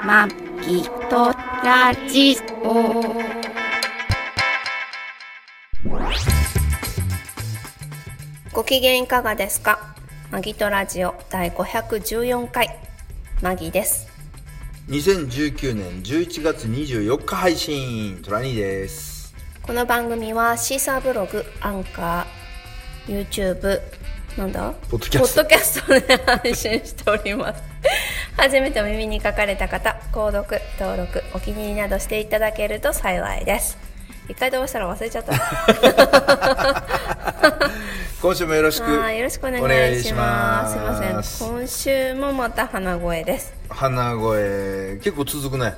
まきとラジオ。ご機嫌いかがですか？マギとラジオ第514回マギです。 2019年11月24日配信、トラニーです。 この番組はシーサーブログ、アンカー、YouTube、ポッドキャストで配信しております初めてお耳に書かれた方、購読、登録、お気に入りなどしていただけると幸いです。一回飛ばしたら忘れちゃった今週もよろしくお願いします。 すいません、今週もまた鼻声です。 鼻声結構続くね。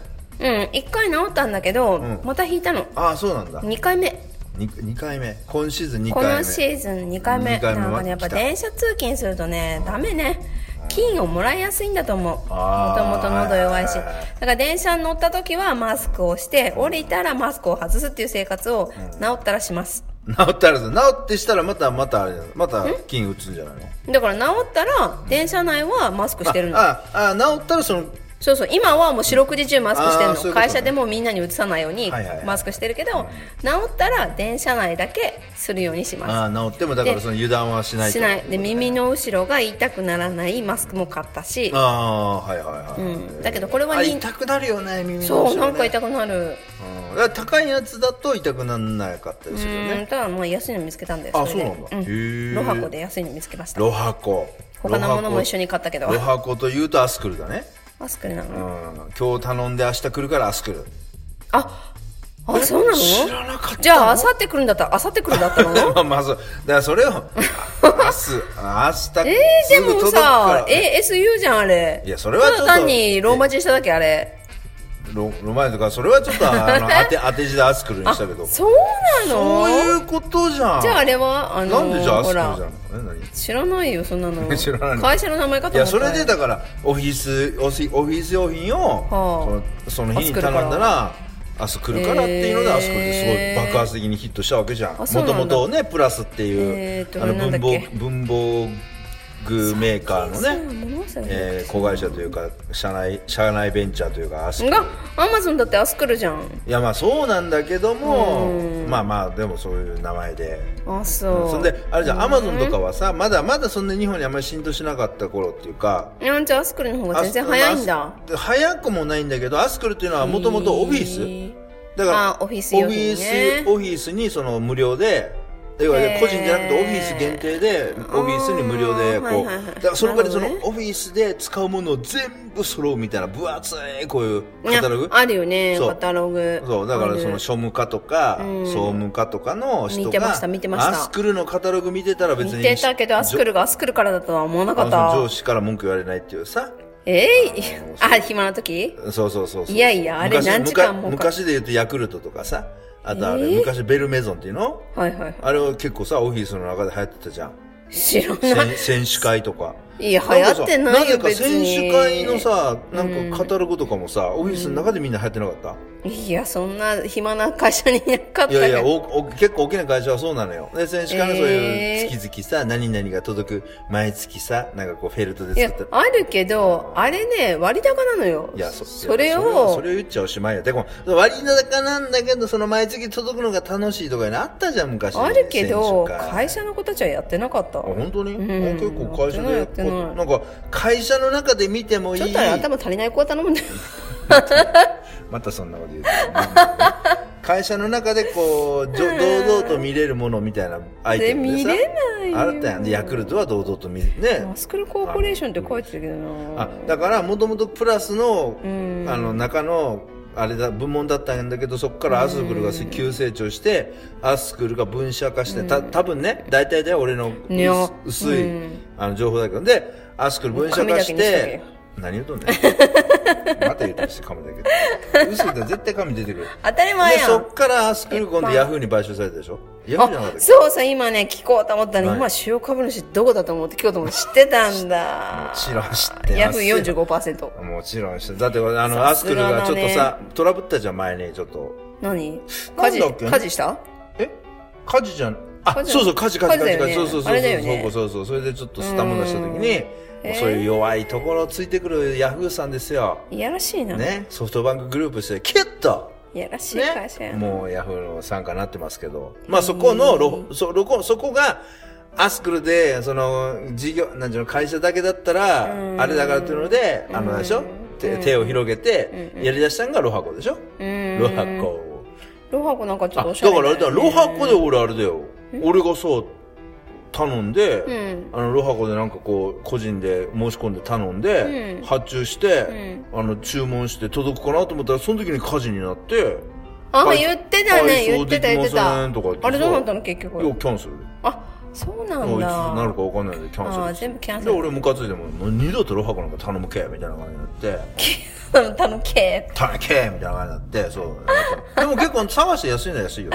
1回治ったんだけど、また引いたの。 ああ、そうなんだ。 2回目 2回目、今シーズン2回目、 このシーズン2回目なんかね、やっぱ電車通勤するとね、ダメね。菌をもらいやすいんだと思う。もともと喉弱いし、だから電車に乗った時はマスクをして、降りたらマスクを外すっていう生活を治ったらします。 治ってしたらまたあれだ、また菌打つんじゃないの？ だから治ったら電車内はマスクしてるの。 治ったらそう、今はもう四六時中マスクしてるの。 そういうことね。 会社でもみんなにうつさないようにマスクしてるけど、治ったら電車内だけするようにします。 治ってもだから油断はしないと。 で、耳の後ろが痛くならないマスクも買ったし。だけどこれは痛くなるよね、耳の後ろね。 そう、なんか痛くなる。 だから高いやつだと痛くならなかったりするよね。 ただもう安いの見つけたんです。 あ、そうなんだ。 ロハコで安いの見つけました。 ロハコ。 他のものも一緒に買ったけど。 ロハコというとアスクルだね。 アスクルなの？ 今日頼んで明日来るからアスクル。 そうなの？ 知らなかったの？ じゃあ明後日来るんだったら明後日来るだったの？ まあそう。だからそれを明日すでもぐ届くからさ、SU じゃんあれ。 いや、それはちょっとただ単にローマ字しただけあれ。 ロマンとかそれはちょっと当て字でアスクルにしたけど。 そうなの？ そういうことじゃん。 じゃああれはなんでじゃあアスクルじゃんの？ 知らないよそんなの。 知らないの？ 会社の名前かと思った。 いや、それでだからオフィス用品をその日に頼んだらアスクルからっていうのでアスクルですごい爆発的にヒットしたわけじゃん。もともとね、プラスっていう文房具メーカーのね、子会社というか社内ベンチャーというかアスクルがアマゾンだってアスクルじゃん。 いや、まあそうなんだけども、まあでもそういう名前で。そんであれじゃん、アマゾンとかはさ、まだそんな日本にあんまり浸透しなかった頃っていうか。 じゃあアスクルの方が全然早いんだ。 早くもないんだけど、アスクルっていうのはもともとオフィスだからオフィス用品ね。 オフィスにその無料で、要は個人じゃなくてオフィス限定でオフィスに無料でこう、だからその代わりそのオフィスで使うものを全部揃うみたいな分厚いこういうカタログあるよね。カタログ。 そう、だからその庶務課とか総務課とかの人が見てました。 アスクルのカタログ見てたら別に見てたけど、アスクルからだとは思わなかった。 上司から文句言われないっていうさ。 暇な時？ そう。 いや、あれ何時間も昔で言うとヤクルトとかさ、あとあれ、昔ベルメゾンっていうの？あれは結構さ、オフィスの中で流行ってたじゃん。 知らない。 選手会とか。 いや、流行ってないよ、別に。 なぜか選手会のさ、なんかカタログとかもさ、オフィスの中でみんな流行ってなかった？ いや、そんな暇な会社にいなかったけど。 いや、結構大きな会社はそうなのよ。で、選手会のそういう月々さ、何々が届く毎月さ、なんかこうフェルトで作った。 あるけど、あれね、割高なのよ。 いや、 それを言っちゃおしまいよ。でも、割高なんだけど、その毎月届くのが楽しいとかにあったじゃん、昔。 あるけど、会社の子たちはやってなかった。 本当に？結構会社でやってない。なんか、会社の中で見てもいい。 ちょっと頭足りない子は頼むんだよ。 またそんなこと言うて会社の中でこう堂々と見れるものみたいなアイテムでさ、 見れないよ。 あったやん。でヤクルトは堂々と見るね。 アスクルコーポレーションって書いてるけどな。 だからもともとプラスの中のあれだ部門だったんだけど、そこからアスクルが急成長してアスクルが分社化して多分ね、大体で俺の薄い情報だけど、でアスクル分社化して何言うとんねんまた言うとして紙だけど嘘で絶対紙出てくる。 当たり前やん。 でそっからアスクル今度ヤフーに買収されたでしょ。ヤフーじゃなかったっけ？ そう今ね聞こうと思ったね。今主要株主どこだと思って聞こうと思って知ってたんだ。 もちろん知ってます。 ヤフー 45%。 もちろん知って。だってアスクルがちょっとさトラブったじゃん前にちょっと。 何？火事した？ 火事じゃん。そう火事。そう。それでちょっとスタム出した時にそういう弱いところをついてくるヤフーさんですよ。 いやらしいな。 ね、ソフトバンクグループしてキュッといやらしい会社やな。 もうヤフーの傘下になってますけど、まあそこのそこがアスクルでその事業なんていうの会社だけだったらあれだからというのででしょ、手を広げてやりだしたのがロハコでしょ。ロハコなんかちょっとおしゃれだからあれだ、ロハコで俺あれだよ、俺がそう頼んで、ロハコでなんかこう個人で申し込んで頼んで、発注して、注文して届くかなと思ったらその時に火事になって、 言ってたね、言ってた。あれどうなったの結局。 いやキャンセル。 そうなんだ。 いつなるか分かんないのでキャンセル。 全部キャンセル。 で俺ムカついても二度とロハコなんか頼むけみたいな感じになって頼むけみたいな感じになって、そうでも結構探して安いのは安いよね。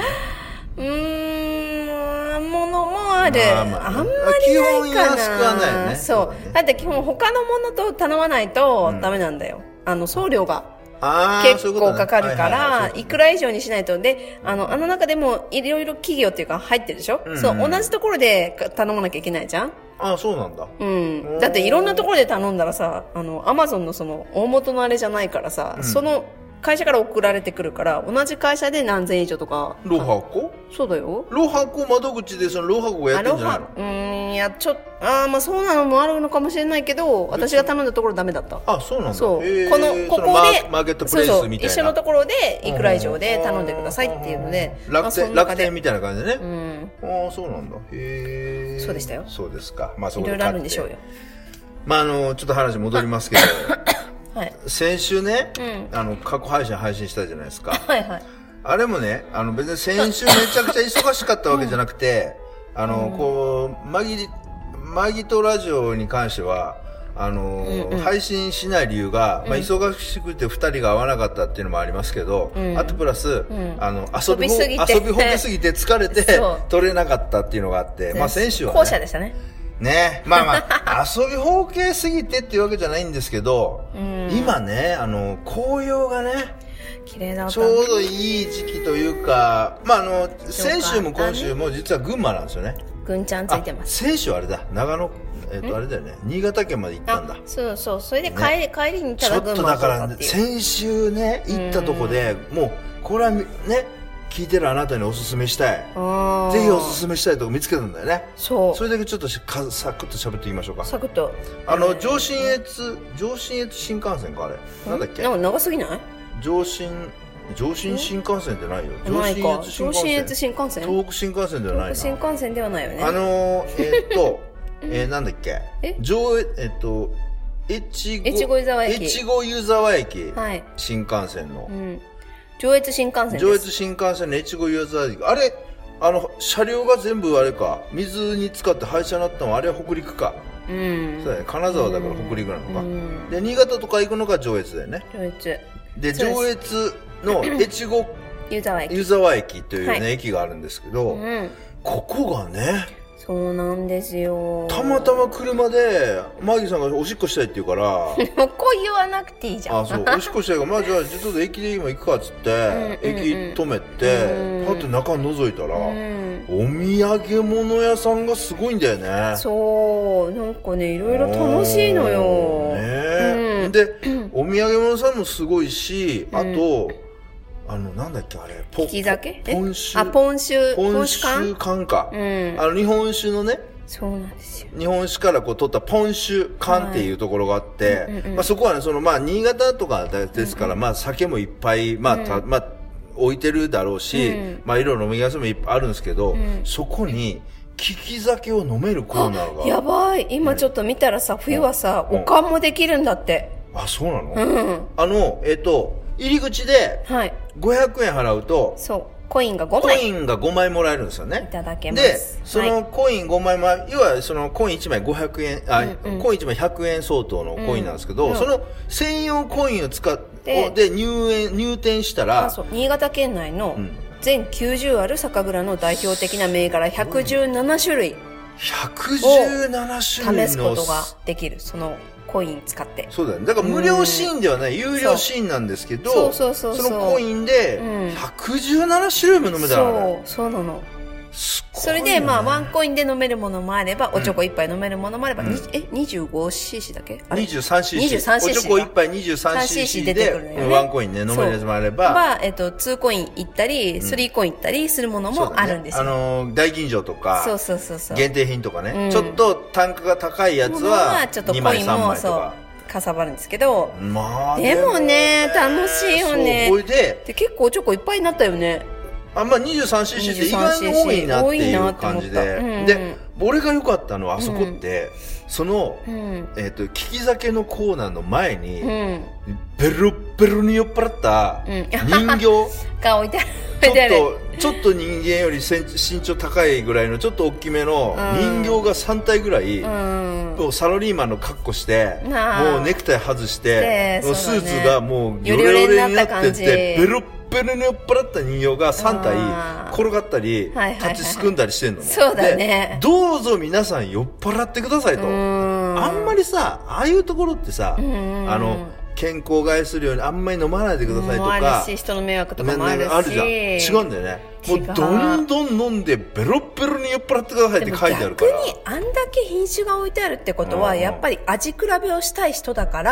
ものもある。あんまりないかな。 基本安くはないよね。 そう。だって基本他のものと頼まないとダメなんだよ。送料が結構かかるから、いくら以上にしないと。で、あの中でもいろいろ企業っていうか入ってるでしょ。そう、同じところで頼まなきゃいけないじゃん。 そうなんだ。 だっていろんなところで頼んだらさ、アマゾンのその大元のあれじゃないからさ、その会社から送られてくるから、同じ会社で何千以上とか。 ロハコ？ そうだよ。 ロハコ窓口でそのロハコがやってんじゃないの？ まあそうなのもあるのかもしれないけど、私が頼んだところダメだった。 そうなんだ。 そう。ここで、 マーケットプレイスみたいな。 一緒のところでいくら以上で頼んでくださいっていうので。 楽天みたいな感じでね。そうなんだ。 そうでしたよ。 そうですか。まあそこでいろいろあるんでしょうよ。 まあちょっと話戻りますけど。 はい、 先週ね、過去配信したじゃないですか。 はいはい。 あれもね、別に先週めちゃくちゃ忙しかったわけじゃなくて、こう、マギトラジオに関しては、配信しない理由が、忙しくて二人が会わなかったっていうのもありますけど、あとプラス、遊びほげすぎて疲れて撮れなかったっていうのがあって、まあ先週はね。 後者でしたね。 ね、まあ遊びほうけすぎてっていうわけじゃないんですけど、今ね、紅葉がね、 綺麗だった、 ちょうどいい時期というか、先週も今週も実は群馬なんですよね。 群ちゃんついてます。 先週あれだ、長野、あれだよね、新潟県まで行ったんだ。 そうそう、それで帰りにただ群馬ちょっとだから、先週ね、行ったとこで、もう、これはね、聞いてるあなたにおすすめしたい。ぜひおすすめしたいとこ見つけたんだよね。 そう。 それだけちょっとサクッと喋っていきましょうか。 サクッと。 上信越新幹線かあれ。なんだっけ？ なんか長すぎない？ 上信新幹線ってないよ。 上信越新幹線？ 東北新幹線ではないな。 東北新幹線ではないよね。 なんだっけ？ 越後湯沢駅。 越後湯沢駅。はい。新幹線の。 上越新幹線です。 上越新幹線の越後湯沢駅。あれ、車両が全部あれか、水に浸かって廃車になったのはあれは北陸か。そうだね。金沢だから北陸なのか。で、新潟とか行くのが上越だよね。 上越。 で、上越の越後湯沢駅というね、駅があるんですけど、ここがね、 そうなんですよ。 たまたま車で、マギさんがおしっこしたいって言うから、 もうこう言わなくていいじゃん。 そう、おしっこしたいから、じゃあ、ちょっと駅で今行くかっつって、駅止めて、パッと中覗いたら、お土産物屋さんがすごいんだよね。 そう、なんかね、いろいろ楽しいのよ。 で、お土産物屋さんもすごいし、あと、なんだっけあれ、 利き酒？ ポン酒缶か。日本酒のね、 そうなんですよ。 日本酒からこう取ったポン酒缶っていうところがあって、そこはね、新潟とかですから、酒もいっぱい、置いてるだろうし、いろいろ飲み屋さんもいっぱいあるんですけど、そこに、利き酒を飲めるコーナーが。 やばい。今ちょっと見たらさ、冬はさ、おかんもできるんだって。 そうなの？入り口で、500円払うと、 そう。コインが5枚。 コインが5枚もらえるんですよね。 いただけます。 で、そのコイン5枚も、要はそのコイン1枚500円、コイン1枚100円相当のコインなんですけど、その専用コインを使って、で、入店したら、 新潟県内の全90ある酒蔵の代表的な銘柄117種類。 117種類試すことができる。そのコイン使って。 そうだね。だから無料シーンではない、有料シーンなんですけど、そのコインで117種類も飲めたらね。 そうなの。 それで、まあ、ワンコインで飲めるものもあれば、おちょこ一杯飲めるものもあれば、25cc だっけ 23cc。おちょこ一杯 23cc で、ワンコインね、飲めるやつもあれば、 2コイン行ったり、3コイン行ったりするものもあるんですよ。 大吟醸とか、 そう限定品とかね、ちょっと単価が高いやつは、2枚3枚とか。 かさばるんですけど、 まあ、 でもね、楽しいよね。 そう、で結構おちょこいっぱいになったよね。 まあ 23cc って意外に多いなっていう感じで。で、俺が良かったのはあそこって、その、利き酒のコーナーの前に、ベロッベロに酔っ払った人形が置いてある。 ちょっと人間より身長高いぐらいのちょっと大きめの人形が3体ぐらい、サラリーマンの格好して、もうネクタイ外して、スーツがもうヨレヨレになってて、ベロッベロに酔っ払った人形が3体転がったり、立ちすくんだりしてんのね。 そうだね。 どうぞ皆さん酔っ払ってくださいと。あんまりさ、ああいうところってさ、健康害するようにあんまり飲まないでくださいとか。 あるし、人の迷惑とかもあるし。 あるじゃん。違うんだよね。もうどんどん飲んでベロッベロに酔っ払ってくださいって書いてあるから。 逆にあんだけ品種が置いてあるってことは、やっぱり味比べをしたい人だから、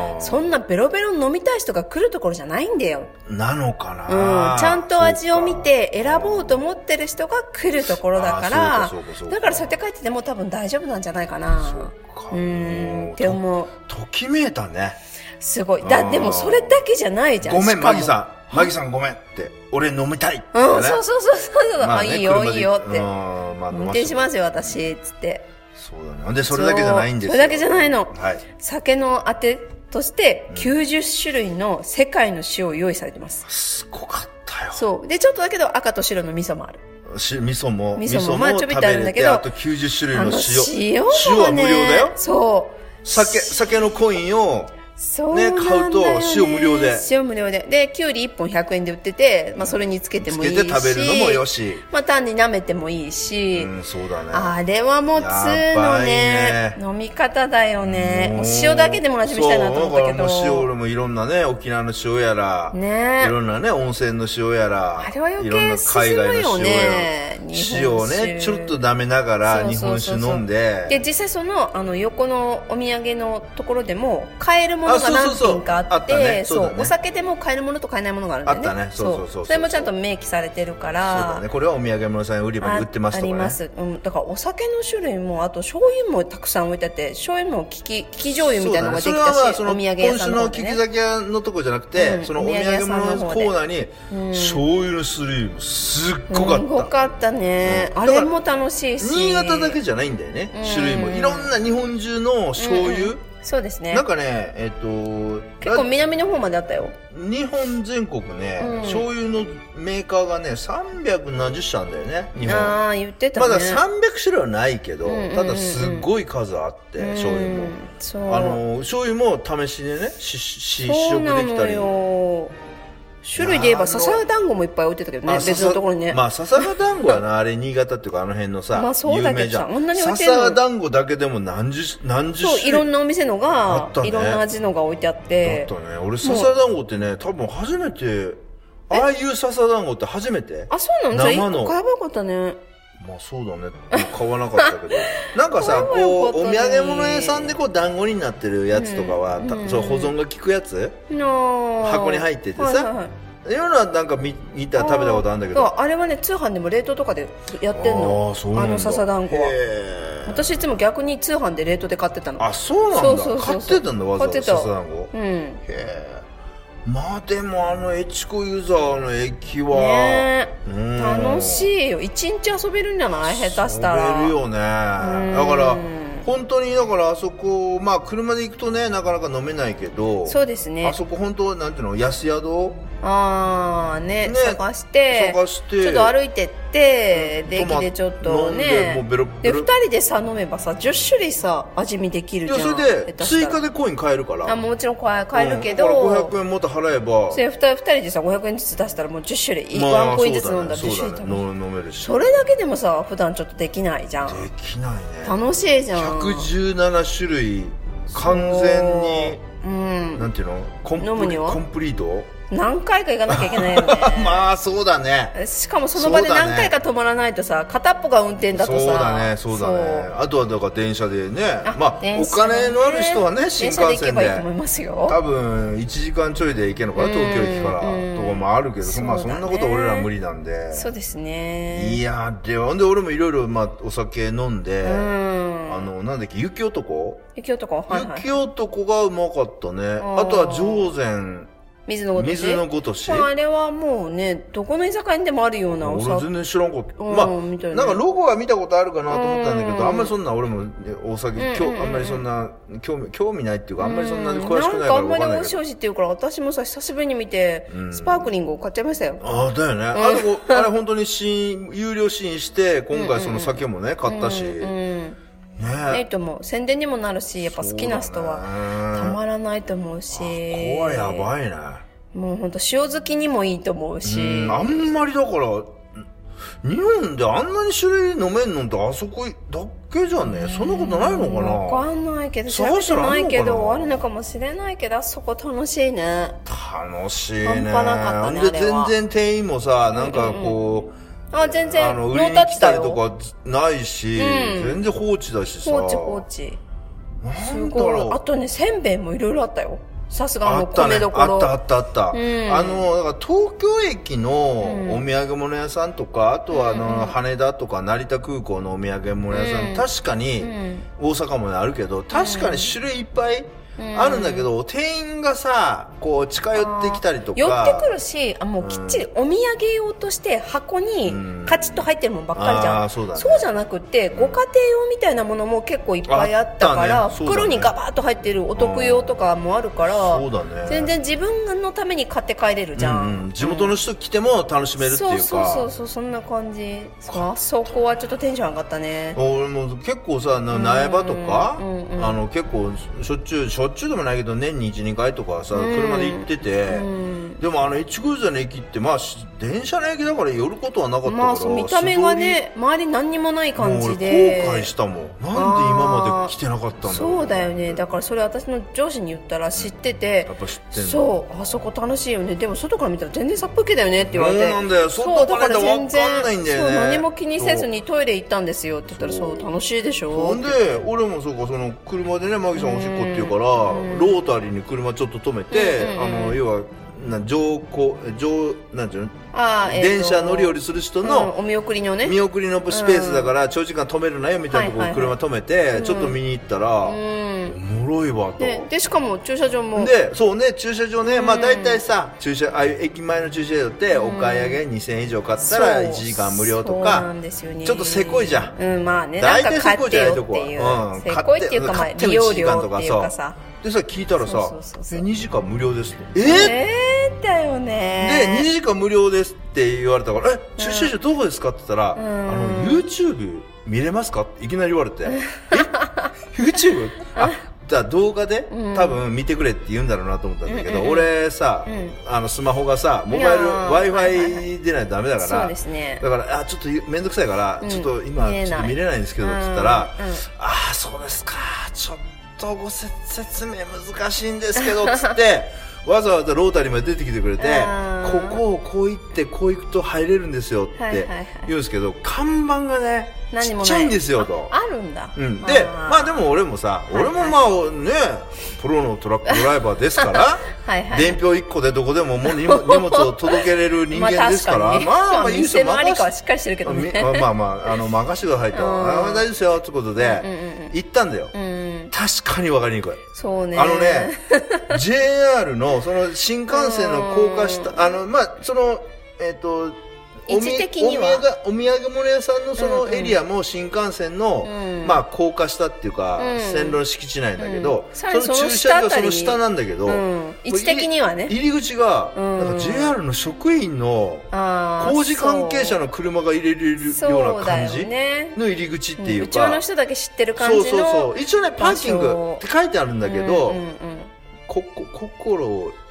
そんなベロベロ飲みたい人が来るところじゃないんだよ。 なのかな。 ちゃんと味を見て選ぼうと思ってる人が来るところだから、だからそうやって書いてても多分大丈夫なんじゃないかな。って思う。 ときめいたね。 すごい。でもそれだけじゃないじゃん。 ごめん、マギさんごめんって。俺飲みたい。 そう。いいよ、いいよって。運転しますよ、私、つって。 そうだね。で、それだけじゃないんですよ。 それだけじゃないの。酒のあてとして、90種類の世界の塩を用意されてます。 すごかったよ。 そう。で、ちょっとだけど赤と白の味噌もある。 味噌もまあちょびっとあるんだけど、 あと90種類の塩。 塩は無料だよ。 そう。 酒のコインを、 ね、 買うと塩無料で。 塩無料で。で、きゅうり1本100円で売ってて、まあそれにつけてもいいし。 つけて食べるのもよし。 まあ単に舐めてもいいし。 そうだね。 あれはもう通のね、飲み方だよね。もう塩だけでも味見したいなと思ったけど。 そう、塩俺もいろんなね、沖縄の塩やら、いろんなね、温泉の塩やら、 あれは余いろんな計海外の塩やら。 ね、 塩をね、ちょっと舐めながら日本酒飲んで。 で、実際その、横のお土産のところでも、買えるものが何品かあって、お酒でも買えるものと買えないものがあるんだよね。 あったね。そう。 それもちゃんと明記されてるから。 そうだね。これはお土産物屋さん売り場に売ってますとかね。 あります。だからお酒の種類も、あと醤油もたくさん置いてあって、醤油も利き醤油みたいなのができたし、お土産屋さんの方でね。 今週の利き酒屋のとこじゃなくて、そのお土産物コーナーに、醤油の種類もすっごかった。 すごかったね。あれも楽しいし。 新潟だけじゃないんだよね。種類も。いろんな日本中の醤油。 そうですね。 なんかね、 結構南の方まであったよ。 日本全国ね、醤油のメーカーがね、370社あんだよね、日本。 ああ、言ってたね。 まだ300種類はないけど、ただすっごい数あって、醤油も。醤油も試しでね、試食できたり。種類で言えば笹川団子もいっぱい置いてたけどね、別のところにね。まあ笹川団子はな、あれ新潟っていうかあの辺のさ、有名じゃん。笹川団子だけでも何十種類。そう、 いろんなお店のが、いろんな味のが置いてあって。 だったね。俺笹川団子ってね、多分初めて、ああいう笹川団子って初めて。 あ、そうなの？じゃあ1個買えばよかったね。 まあそうだね。買わなかったけど。なんかさ、こう、お土産物屋さんでこう団子になってるやつとかは、そう保存が効くやつ箱に入っててさ。いろんななんか見たら食べたことあるんだけど。 あれはね、通販でも冷凍とかでやってんの。あの笹団子は。私いつも逆に通販で冷凍で買ってたの。 あ、そうなんだ。買ってたんだ、わざわざ笹団子。へえ。まあでも越後湯沢の駅は、 楽しいよ。一日遊べるんじゃない？下手したら。 遊べるよね。だから本当に、だからあそこ、まあ車で行くとね、なかなか飲めないけど、 そうですね。 あそこ本当、なんていうの、安宿？ ね、探して、ちょっと歩いてって、で、駅でちょっとね、で、2人でさ、飲めばさ、10種類さ、味見できるじゃん。 いや、それで、追加でコイン買えるから。 もちろん買えるけど、 500円もっと払えば。 それ2人でさ、500円ずつ出したらもう10種類、ワンコインずつ飲んだら10種類飲めるし。 それだけでもさ、普段ちょっとできないじゃん。 できないね。 楽しいじゃん。 117種類、完全に、なんていうの？コンプリート？ 何回か行かなきゃいけないよねまあそうだね。 しかもその場で何回か止まらないとさ、片っぽが運転だとさ、 そうだね。あとはだから電車でね、まあお金のある人はね、新幹線で電車で行けばいいと思いますよ。 多分1時間ちょいで行けるのかな、東京駅からとかもあるけど、まあそんなことは俺ら無理なんで。 そうですね。 いやで俺もいろいろまあお酒飲んで、なんだっけ、雪男雪男がうまかったね。あとは上善水のごとし、 あれはもうね、どこの居酒屋にでもあるようなお酒。 俺全然知らんかった。まあ、なんかロゴは見たことあるかなと思ったんだけど、あんまりそんな俺もお酒、あんまりそんな興味ないっていうか、あんまりそんな詳しくないから分かんないけど。なんかあんまり美味しいって言うから、私もさ、久しぶりに見て、スパークリングを買っちゃいましたよ。 ああ、だよね。あれ本当に有料試飲して、今回その酒もね、買ったし。 いいと思う。宣伝にもなるし、やっぱ好きな人はたまらないと思うし。 ここはやばいね。 もうほんと塩好きにもいいと思うし。 あんまりだから、日本であんなに種類飲めんのってあそこだけじゃね、そんなことないのかな。 わかんないけど、調べてないけど、あるのかもしれないけど、あそこ楽しいね。 楽しいね。 半端なかったね。 で、全然店員もさ、なんかこう、 全然売りに来たりとかないし、全然放置だしさ。 放置。すごい。あとね、せんべいもいろいろあったよ。さすが米どころ。 あった。だから東京駅のお土産物屋さんとか、あとは羽田とか成田空港のお土産物屋さん、確かに、大阪もあるけど、確かに種類いっぱいあるんだけど、店員がさ、こう近寄ってきたりとか。 寄ってくるし、もうきっちりお土産用として箱にカチッと入ってるもんばっかりじゃん。そうじゃなくて、ご家庭用みたいなものも結構いっぱいあったから、袋にガバッと入ってるお得用とかもあるから、全然自分のために買って帰れるじゃん。 地元の人来ても楽しめるっていうか。 そう、そんな感じ。そこはちょっとテンション上がったね。 俺も結構さ、苗場とか、結構しょっちゅうでもないけど年に 1,2 回とかさ、車で行ってて、でも一宮座の駅ってまあ電車の駅だから寄ることはなかったから、 見た目がね、周り何にもない感じで後悔したもん。なんで今まで来てなかったんだろう。 そうだよね。だからそれ私の上司に言ったら知ってて、 やっぱ知ってんの。 そう、あそこ楽しいよね、でも外から見たら全然殺風景だよねって言われて。 そうなんだよ。外から見たら分かんないんだよね。 何も気にせずにトイレ行ったんですよって言ったら、そう楽しいでしょ。 ほんで俺もそうか、その車でね、マギさんおしっこって言うから、ロータリーに車ちょっと止めて、要はなんていうの、電車乗り降りする人のお見送りのね、 見送りのスペースだから長時間止めるなよみたいなところ車止めてちょっと見に行ったら、おもろいわと。 でしかも駐車場もそうね、駐車場ね、まあ大体さ、ああいう駅前の駐車場ってお買い上げ2000円以上買ったら1時間無料とか、ちょっとせこいじゃん。 まあね、 大体せこいじゃないとこはせこいっていうか、利用料っていうかさ。 でさ、聞いたらさ、2時間無料ですって。 だよね。 で、2時間無料ですって言われたから、駐車場どこですかって言ったら、YouTube 見れますかっていきなり言われて、YouTube？ じゃあ動画で多分見てくれって言うんだろうなと思ったんだけど、俺さ、スマホがさ、モバイル Wi-Fi 出ないとダメだから、 そうですね。 だから、ちょっとめんどくさいから、ちょっと今ちょっと見れないんですけどって言ったら、そうですか、ちょっとご説明難しいんですけどつってわざわざロータリーまで出てきてくれて、ここをこう行ってこう行くと入れるんですよって言うんですけど、看板がねちっちゃいんですよと。 あるんだ。 で、まあでも俺もまあね、プロのトラックドライバーですから伝票1個でどこでも荷物を届けれる人間ですから、まあいいですよ。 店回りかはしっかりしてるけどね。 まあ任せてくださいと、大丈夫ですよってことで行ったんだよ。確かに分かりにくい。 そうね。 JR のその新幹線の高架下、まあその位置的にはお土産物屋さんのそのエリアも新幹線のまあ高架下っていうか線路の敷地内だけけど、その駐車場その下なんだけど、 位置的にはね、 入り口がなんか JR の職員の工事関係者の車が入れれるような感じの入り口っていうか、 うちの人だけ知ってる感じの。 そう一応ねパーキングって書いてあるんだけど、心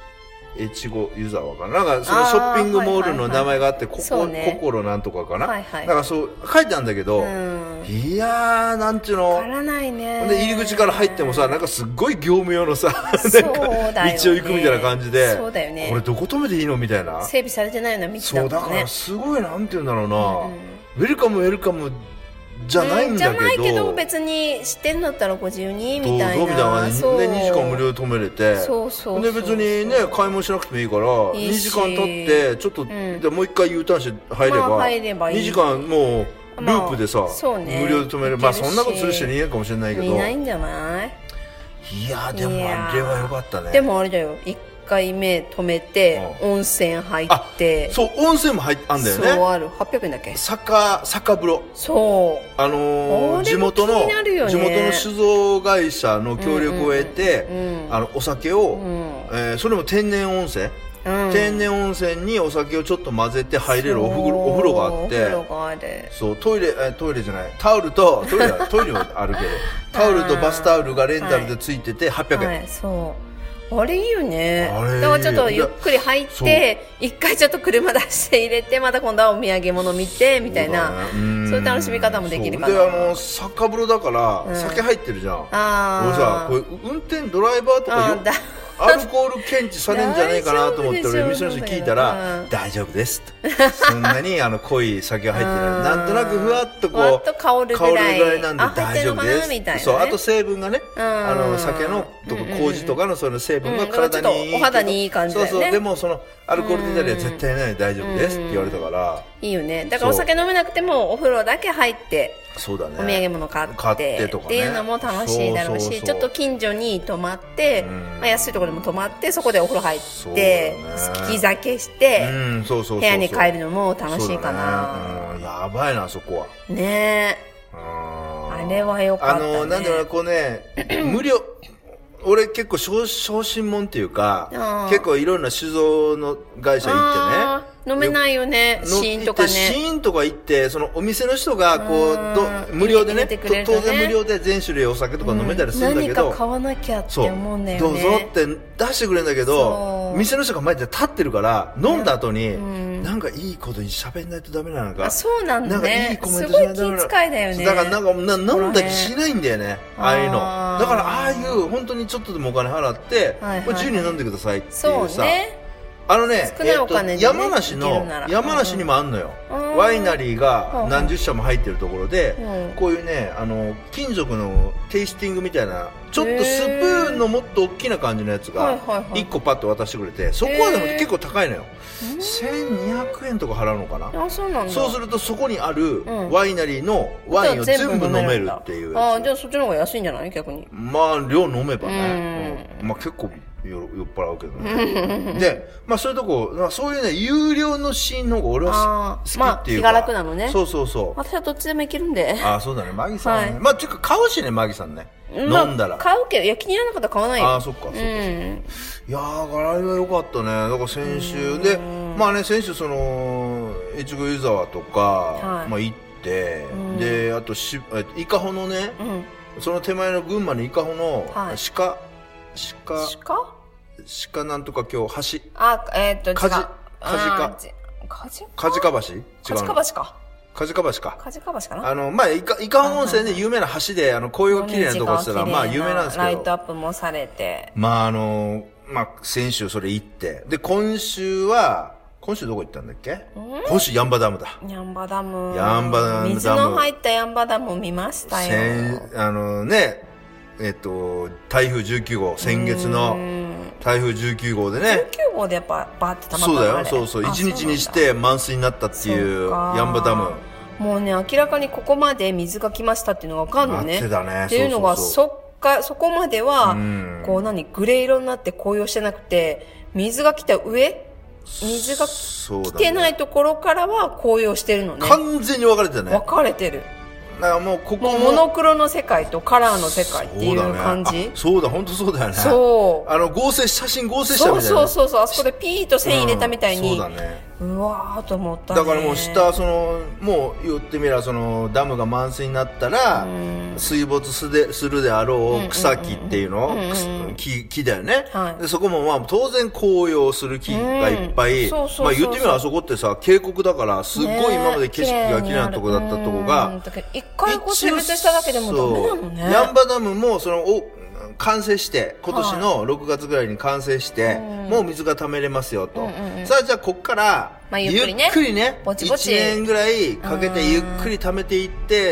越後湯沢かな。なんか、そのショッピングモールの名前があって、心なんとかかな。はいはい。だからそう、書いてあるんだけど、いやー、なんちゅうの。 わからないね。 で、入り口から入ってもさ、なんかすっごい業務用のさ、なんか、道を行くみたいな感じで、 そうだよね。 これどこ止めていいのみたいな。 整備されてないような道だもんね。 そう、だからすごい、なんて言うんだろうな。ウェルカム、じゃないんだけど、じゃないけど別に知ってんだったらご自由にみたいな。 どうぞみたいな感じで、2時間無料で止めれて、で別にね買い物しなくてもいいから2時間経ってちょっと、でもう一回 U ターンして入れば2時間もうループでさ、無料で止めれば、そんなことする人いないかもしれないけど、 いないんじゃない？ いやでもあれは良かったね。 でもあれだよ、1回目止めて温泉入って、 そう温泉もあんだよね。 そうある。800円だっけ？ 酒風呂。 そう地元の酒造会社の協力を得て、お酒を、それも天然温泉、天然温泉にお酒をちょっと混ぜて入れるお風呂があって、そうトイレじゃない、タオルはあるけどタオルとバスタオルがレンタルでついてて800円。 そうあれいいよね。だからちょっとゆっくり入って一回ちょっと車出して入れて、また今度はお土産物見てみたいな、そういう楽しみ方もできるかな。 で酒風呂だから酒入ってるじゃん。俺さこれ運転ドライバーとかアルコール検知されんじゃねえかなと思って俺店の人に聞いたら大丈夫ですと。そんなに濃い酒が入ってない、なんとなくふわっとこう香るぐらいなんで大丈夫です。そう、あと成分がね、酒の麹とかのその成分が体にお肌にいい感じだよね。 そうでもそのアルコール出たりは絶対ない、大丈夫ですって言われたから、 いいよね。だからお酒飲めなくてもお風呂だけ入って、 そうだね、 お土産物買ってとか、ね、っていうのも楽しいだろうし、ちょっと近所に泊まって、安いところでも泊まってそこでお風呂入って、好き酒して、部屋に帰るのも楽しいかな。 やばいなそこはね。あれはよかったね。 なんだろうこうね無料俺結構小心者っていうか、結構いろんな酒造の会社行ってね、 飲めないよね、シーンとかね。 シーンとか行って、そのお店の人がこう無料でね、当然無料で全種類お酒とか飲めたりするんだけど、 何か買わなきゃって思うんだよね。 どうぞって出してくれるんだけど、店の人が前で立ってるから飲んだ後になんかいいことに喋んないとダメなのか。 そうなんだね。 なんかいいコメントしないとダメなの。 すごい気遣いだよね。 だからなんか飲んだ気しないんだよね、ああいうの。だからああいう本当にちょっとでもお金払ってこれ自由に飲んでくださいっていうさ。山梨にもあんのよ。ワイナリーが何十社も入ってるところで、こういうね、金属のテイスティングみたいな、ちょっとスプーンのもっと大きな感じのやつが、1個パッと渡してくれて、そこはでも結構高いのよ。1200円とか払うのかな。そうするとそこにあるワイナリーのワインを全部飲めるっていうやつ。 じゃあそっちの方が安いんじゃない？逆に。 まあ、量飲めばね。まあ結構、酔っ払うけどね。で、まあそういうとこ、そういうね、有料のシーンの方が俺は好きっていうか。まあ気が楽なのね。 そうそうそう。 私はどっちでもいけるんで。 そうだね、マギさんね。まあちょっと買うしね、マギさんね。飲んだら。 買うけど、いや気に入らなかったら買わないよ。 そっか。いやー、あれは良かったね。だから先週で、まあね、先週その、越後湯沢とか、まあ行って、で、あと伊香保のね、その手前の群馬の伊香保の鹿なんとか今日橋。梶川橋？違う。梶川橋か。 梶川橋かな。 まあ、伊香保温泉で有名な橋で、紅葉が綺麗なとこって言ったら、まあ、有名なんですけど。 ライトアップもされて。 まあ、まあ、先週それ行って。で、今週どこ行ったんだっけ？今週ヤンバダムだ。 ヤンバダム。水の入ったヤンバダム見ましたよ。 台風19号、先月の台風19号でね。 19号でやっぱバーって溜まったの。 そうだよ、そうそう。1日にして満水になったっていうヤンバダム。 もうね、明らかにここまで水が来ましたっていうのがわかんのね。 っていうのが、そこまでは、グレー色になって紅葉してなくて、水が来た水が来てないところからは紅葉してるのね。 完全に分かれてるね。 分かれてる。 だからもうここもモノクロの世界とカラーの世界っていう感じ。 そうだ、本当そうだよね。 そう。 写真合成したみたいな。 そう。あそこでピーと線入れたみたいに。 そうだね。 うわーと思ったね。 だからもう下もう言ってみればダムが満水になったら、水没するであろう草木っていうの、木だよね、はい、でそこもまあ当然紅葉する木がいっぱい、まあ言ってみればあそこってさ渓谷だからすっごい今まで景色が綺麗なとこだったとこが、 一回こう点滅しただけでもダメなのね。 ヤンバダムも完成して今年の6月ぐらいに完成して、もう水が溜めれますよと、さあじゃあこっからゆっくりねぼちぼち 1年ぐらいかけてゆっくり溜めていって、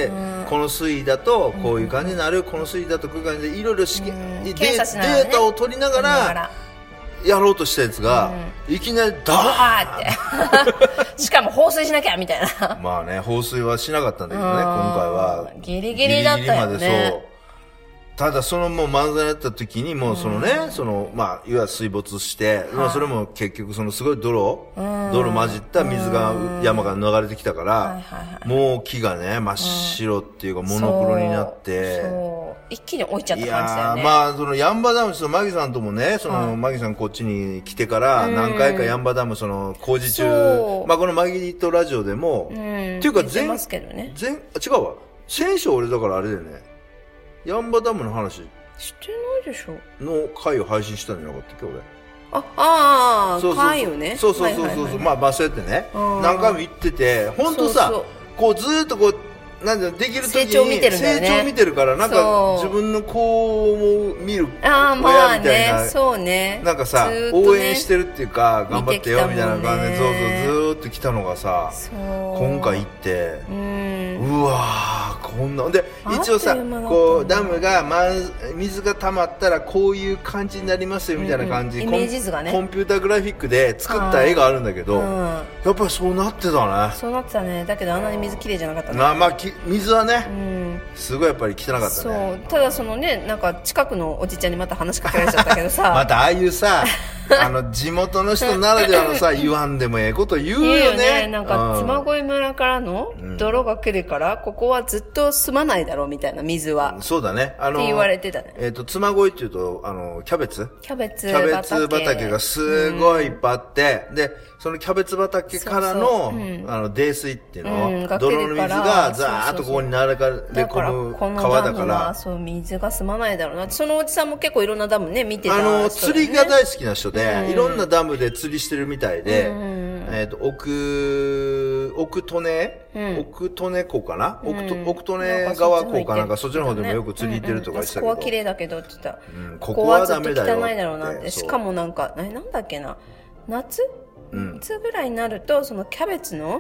この水位だとこういう感じになる、この水位だとこういう感じでいろいろデータを取りながらやろうとしたやつが、いきなりダーってしかも放水しなきゃみたいなまあね放水はしなかったんだけどね、今回はギリギリだったよね。 ギリギリまでそう。ただもう漫才やった時にもうまあ、いわゆる水没して、それも結局すごい泥混じった水が、山が流れてきたから、もう木がね、真っ白っていうかモノクロになって、 一気に置いちゃった感じだよね。 いやまあ、ヤンバダム、マギさんともね、マギさんこっちに来てから、何回かヤンバダム工事中、まあこのマギとラジオでも、っていうか違うわ。先週俺だからあれだよね。ヤンバダムの話してないでしょの回を配信したんじゃなかったっけ俺。 回をね。 そうまあそうやってね何回も言ってて、本当さこうずーっとこうなんだできる時に成長見てるんだよね。 成長見てるからなんか自分の子を見る親みたいな、 そうね、 なんかさ応援してるっていうか頑張ってよみたいな感じでずーっと来たのがさ、今回行ってうわーこんなで一応さこうダムが水が溜まったらこういう感じになりますよみたいな感じ、 イメージ図がねコンピューターグラフィックで作った絵があるんだけど、やっぱりそうなってたね。 そうなってたね。だけどあんなに水きれいじゃなかったね。 まあ水はね、すごいやっぱり汚かったね。 そうただねなんか近くのおじちゃんにまた話しかけられちゃったけどさまたああいうさ地元の人ならではのさ言わんでもええこと言うよね。 なんか嬬恋村からの泥が来るからここはずっと住まないだろうみたいな水は。 そうだね。 って言われてたね。 嬬恋っていうとキャベツ畑がすごいいっぱいあって、でそのキャベツ畑からの泥水っていうの、泥の水がザーッとここに流れ込む川だから、 そう水が住まないだろうな。そのおじさんも結構いろんなダムね見てた人だね。 釣りが大好きな人で、いろんなダムで釣りしてるみたいで、奥利根湖かな、奥利根川湖かなんかそっちの方でもよく釣り行ってるとか言ってたけど、 ここは綺麗だけどって言ったら、 ここはダメだよここはずっと汚いだろうなって。しかもなんかなんだっけな、夏ぐらいになるとキャベツの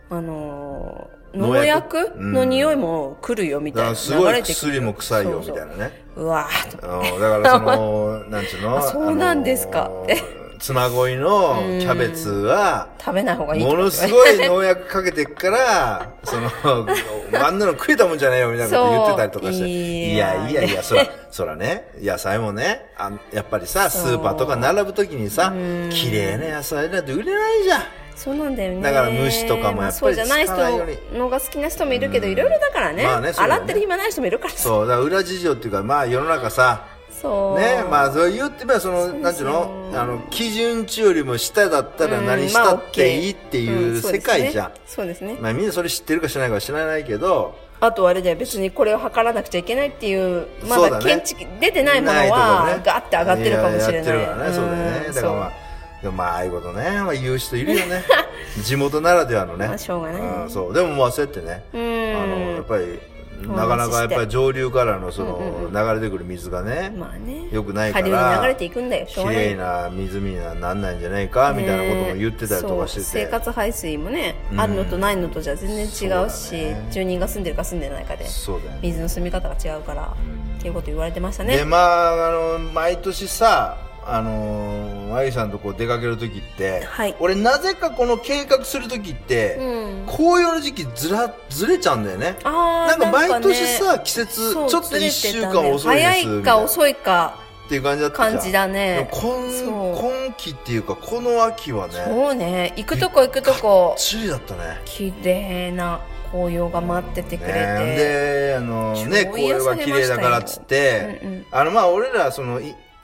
農薬の匂いも来るよみたいな、 すごい薬も臭いよみたいなね。 うわーだからなんちゅうのそうなんですかって嬬恋のキャベツは食べない方がいい。 ものすごい農薬かけてっからあんなの食えたもんじゃないよみたいなこと言ってたりとかして、いやそらね野菜もねやっぱりさスーパーとか並ぶときにさ綺麗な野菜なんて売れないじゃん。 そうなんだよね。 だから虫とかもやっぱりそうじゃない人のが好きな人もいるけど、いろいろだからね、洗ってる暇ない人もいるから。 そうだから裏事情っていうかまあ世の中さね、まあそう言ってみればなんていうの基準値よりも下だったら何したっていいっていう世界じゃん。 そうですね。 まあみんなそれ知ってるか知らないか知らないけど、 あとあれで別にこれを測らなくちゃいけないっていうまだ検知出てないものはガッて上がってるかもしれない。 やってるからね、そうだよね。だからでもああいうことね、言う人いるよね。地元ならではのね。 しょうがない。 そうでもまあそうやってね、やっぱりなかなかやっぱり上流からの流れてくる水がね、良くないから下流に流れていくんだよ。 綺麗な湖にはなんないんじゃないかみたいなことも言ってたりとかしてて、 生活排水もねあるのとないのとじゃ全然違うし、住人が住んでるか住んでないかで水の住み方が違うからっていうこと言われてましたね。 でまあ毎年さあゆさんとこう出かけるときって、俺なぜかこの計画するときって、紅葉の時期ずれちゃうんだよね。なんか毎年さ季節ちょっと1週間遅いです早いか遅いかっていう感じだったじゃん。 感じだね。 今季っていうかこの秋はね、 そうね、行くとこバッチリだったね。 綺麗な紅葉が待っててくれて、 で紅葉が綺麗だからっつって、まあ俺ら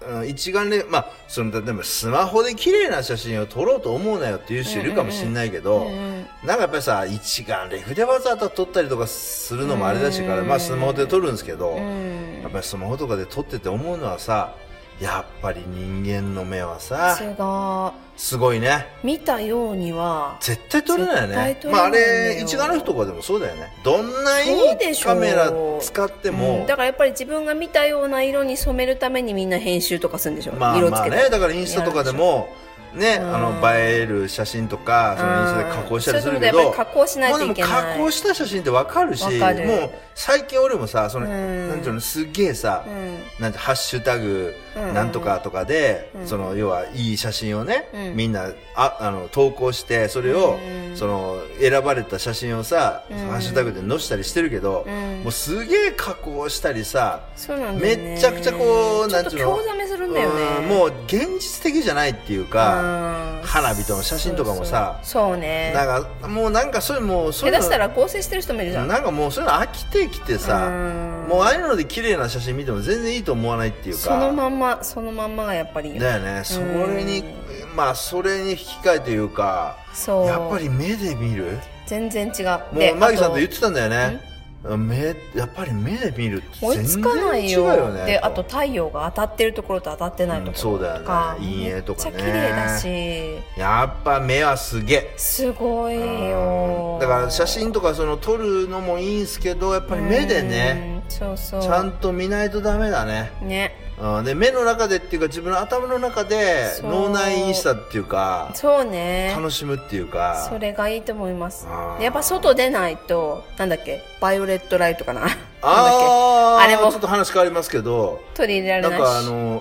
一眼レフ、まあ、例えばスマホで綺麗な写真を撮ろうと思うなよっていう人いるかもしれないけど、なんかやっぱりさ、一眼レフでわざわざ撮ったりとかするのもあれだしから、まあスマホで撮るんですけど、やっぱりスマホとかで撮ってて思うのはさ、やっぱり人間の目はさ、すごいね。 見たようには絶対撮れないよね。まああれ、一眼レフとかでもそうだよね。どんないいカメラ使っても。 だからやっぱり自分が見たような色に染めるためにみんな編集とかするんでしょ。 まあ色つけて。 まあね、だからインスタとかでも、ね、映える写真とか、そのインスタで加工したりするけど、 加工しないといけない。 もう加工した写真ってわかるし、もう最近俺もさ、なんていうの、すっげえさ、なんてハッシュタグ、なんとかとかで、要はいい写真をね、みんな、投稿して、それを、選ばれた写真をさ、ハッシュタグで載せたりしてるけど、もうすげえ加工したりさ、めっちゃくちゃこう、なんていうの、 興ざめするんだよね。 もう現実的じゃないっていうか、花火との写真とかもさ、 そうね。 もうなんかそれもう、 下手したら合成してる人もいるじゃん。 なんかもうそういうの飽きてきてさ、もうああいうので綺麗な写真見ても全然いいと思わないっていうか。 そのまんまがやっぱりいいよ。 だよね。それに引き換えというか、やっぱり目で見る？ 全然違う。もう、マギさんと言ってたんだよね。やっぱり目で見るって全然違うよね。追いつかないよ。 で、あと太陽が当たってるところと当たってないところとか、 そうだよね。陰影とかね。 めっちゃ綺麗だし。 やっぱ目はすげえ。 すごいよ。 だから写真とか撮るのもいいんすけど、やっぱり目でね、ちゃんと見ないとダメだね。 ね。 で、目の中でっていうか自分の頭の中で脳内インスタっていうか、 そうね。 楽しむっていうか。 それがいいと思います。やっぱ外出ないと、なんだっけ、バイオレットライトかな。 あれもちょっと話変わりますけど、 取り入れられないし。 なんか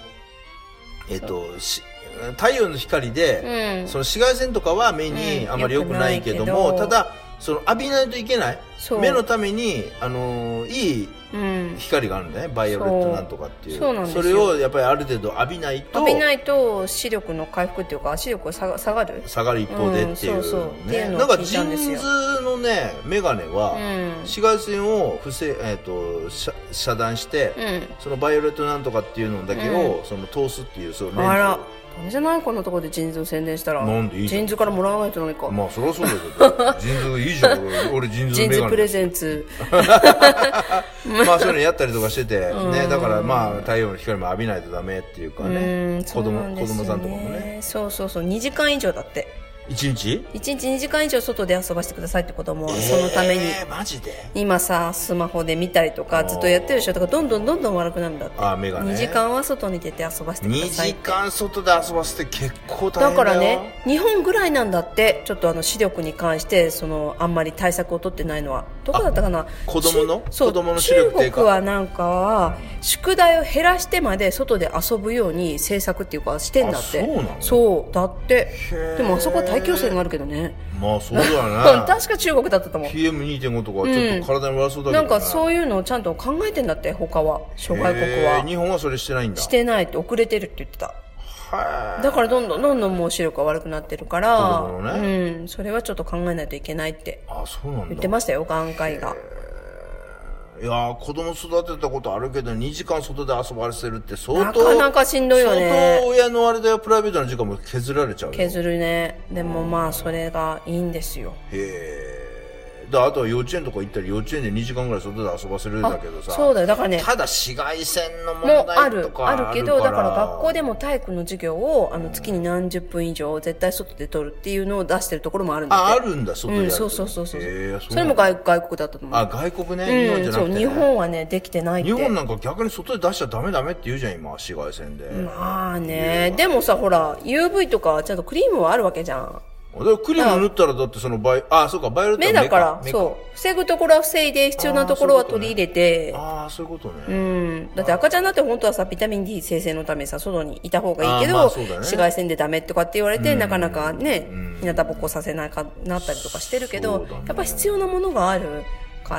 太陽の光で、その紫外線とかは目にあまり良くないけども、ただ、浴びないといけない目のために、いい光があるんだね。バイオレットなんとかっていう。それをやっぱりある程度浴びないと視力の回復っていうか、視力が下がる一方でっていう。ね。なんかジーンズのね、メガネは、紫外線を遮断して、そのバイオレットなんとかっていうのだけを、通すっていう、 あら。ダメじゃない？こんなところでジーンズを宣伝したら。 なんでいいジーンズからもらわないと何か。 まあ、そりゃそうだけど。ジーンズいいじゃん。俺ジーンズメガネ。 ジーンズプレゼンツ。 まあ、そういうのやったりとかしてて、ね。だからまあ、太陽の光も浴びないとダメっていうかね。子供さんとかもね。 そう。2時間以上だって。 1日 2時間以上外で遊ばせてくださいって子供は、そのために。 マジで今さ、スマホで見たりとかずっとやってるでしょ。だからどんどん悪くなるんだって。 目がね。 2時間は外に出て遊ばせてくださいって。 2時間外で遊ばせて結構大変だよ。 だからね、日本ぐらいなんだって、ちょっと視力に関して、あんまり対策を取ってないのは。どこだったかな？ 子供の視力低下。中国はなんか、宿題を減らしてまで外で遊ぶように政策っていうかしてんだって。 そうなの？ そう、だって。でもあそこは大気汚染があるけどね。 まあそうだよね。 確か中国だったと思う。 PM2.5 とかちょっと体に悪そうだけどね。 なんかそういうのをちゃんと考えてんだって、他は。諸外国は。 日本はそれしてないんだ。 してないって、遅れてるって言ってた。だからどんどんもう視力が悪くなってるから、それはちょっと考えないといけないって。 そうなんだ。 言ってましたよ、眼科医が。 いや子供育てたことあるけど2時間外で遊ばせるって相当なかなかしんどいよね。 相当親のあれだよ、プライベートな時間も削られちゃうよ。 削るね。でもまあそれがいいんですよ。 あとは幼稚園とか行ったり、幼稚園で2時間ぐらい外で遊ばせるんだけどさ。 そうだよ。だからね。 ただ紫外線の問題とかあるけど、だから学校でも体育の授業を、月に何十分以上絶対外で取るっていうのを出してるところもあるんだって。 あるんだ、外でやる。 そう。それも外国だったと思う。 外国ね。日本じゃなくてね。 日本はね、できてないって。 日本なんか逆に外で出しちゃダメって言うじゃん、今、紫外線で。 まあね。でもさ、ほら、UV とかちゃんとクリームはあるわけじゃん。 クリーム塗ったらだってそうか、バイオレット目だから、そう。防ぐところは防いで、必要なところは取り入れて。 そういうことね。 だって赤ちゃんだって本当はさ、ビタミン D 生成のためさ、外にいた方がいいけど、紫外線でダメとかって言われて、なかなかね、日向ぼっこさせなったりとかしてるけど、やっぱ必要なものがあるから、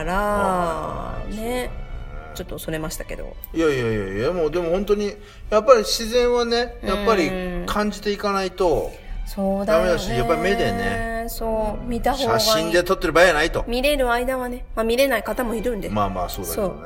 ね。ちょっとそれましたけど。 いや、もうでも本当に、やっぱり自然はね、やっぱり感じていかないと、 そうだよね。 ダメだし、やっぱり目でね。 そう、見た方がいい。 写真で撮ってる場合やないと。 見れる間はね。まあ見れない方もいるんで。 まあそうだけどね。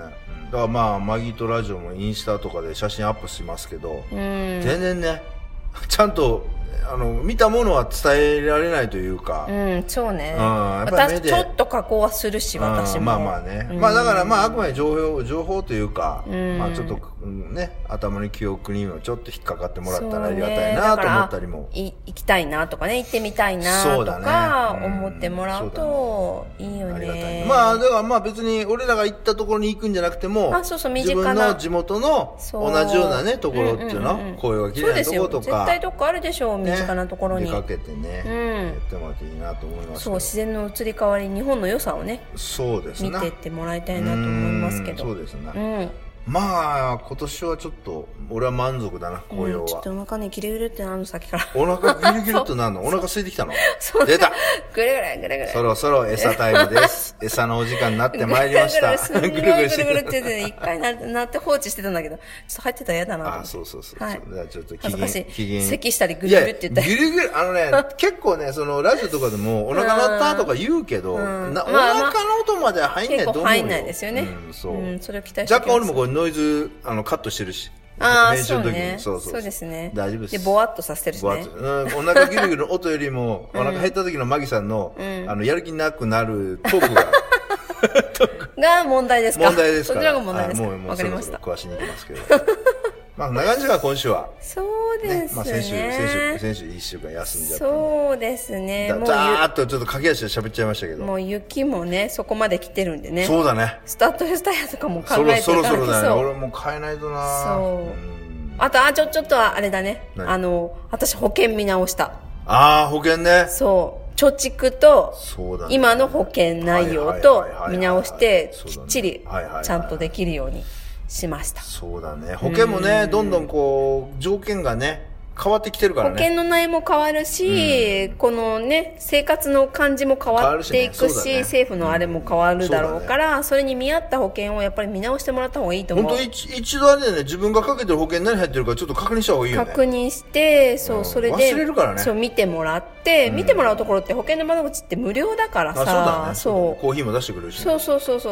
だからまあマギーとラジオもインスタとかで写真アップしますけど、全然ねちゃんと見たものは伝えられないというか。 そうね。 やっぱり私ちょっと加工はするし、私も。 まあまあね。まあだからまああくまで情報というか、まあちょっとね、頭の記憶にもちょっと引っかかってもらったらありがたいなと思ったりも。 行きたいなとかね、行ってみたいなとか思ってもらうといいよね。 まあだからまあ別に俺らが行ったところに行くんじゃなくても、自分の地元の同じようなね、ところっていうの、紅葉が綺麗なところとか。 絶対どっかあるでしょう、身近なところに。 出かけてね、やってもらっていいなと思います。 そう、自然の移り変わり、日本の良さをね、 そうですね。 見てってもらいたいなと思いますけど。 そうですね。まあ今年はちょっと俺は満足だな、紅葉は。 ちょっとお腹にギリギリってなるの、さっきから。 お腹ギリギリってなるの？お腹空いてきたの？出た。 ぐるぐるぐるぐる。 そろそろ餌タイムです。餌のお時間になってまいりました。 ぐるぐるぐるぐるってね、一回なって放置してたんだけど、ちょっと入ってたら嫌だな。 あ、そうそうそう。 はい。 じゃあちょっと恥ずかしい。咳したりぐるぐるって言ったり。 ぐるぐる、結構ね、ラジオとかでもお腹鳴ったとか言うけど、お腹の音までは入んないと思うよ。 結構入んないですよね。 そう。 それを期待して若干俺もこれノイズ、カットしてるし。 編集の時に。そうですね。 大丈夫です。 で、ボワッとさせてるしね。 お腹ギリギリの音よりも、お腹減った時のマギさんの、やる気なくなるトークが。 が問題ですか？ 問題ですか？ そちらが問題ですか？わかりました。 詳しに行きますけど。まあ、こんな感じが今週は。 そうですね。 まあ、先週1週間休んじゃった。 そうですね。 もうざーっとちょっと駆け足で喋っちゃいましたけど。 もう雪もね、そこまで来てるんでね。 そうだね。 スタッドレスタイヤとかも考えていかなきゃ。 そろそろだね。俺も買えないとな。 そう。あと、ちょっとあれだね。私保険見直した。 保険ね。 そう。貯蓄と、今の保険内容と見直して、きっちりちゃんとできるようにしました。 そうだね。保険もね、どんどん条件がね、変わってきてるからね。 保険の内容も変わるし、このね、生活の感じも変わっていくし、政府のあれも変わるだろうから、それに見合った保険をやっぱり見直してもらった方がいいと思う。 本当一度あれだよね、自分がかけてる保険何入ってるかちょっと確認した方がいいよね。 確認して、そう、それで、 忘れるからね。 そう、見てもらって、見てもらうところって保険の窓口って無料だからさ、 そうだね。そう。コーヒーも出してくれるし。 そう。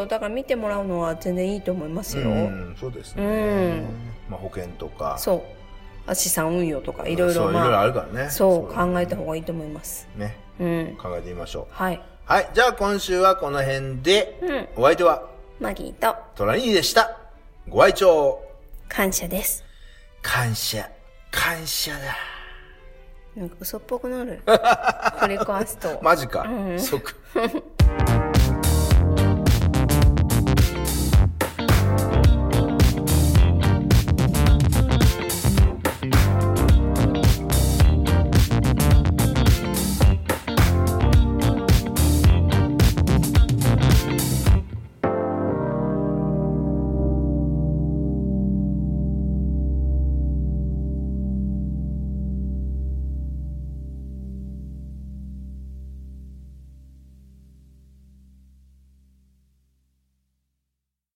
だから見てもらうのは全然いいと思いますよ。 そうですね。まあ保険とか。 そう。資産運用とかいろいろいろいろあるからね。 そう考えた方がいいと思います。 ね。考えてみましょう。 はい。 はい。じゃあ今週はこの辺で、お相手はマギーとトラニーでした。ご愛聴感謝です。 感謝だ。 なんか嘘っぽくなる。繰り返すと。 マジか。即。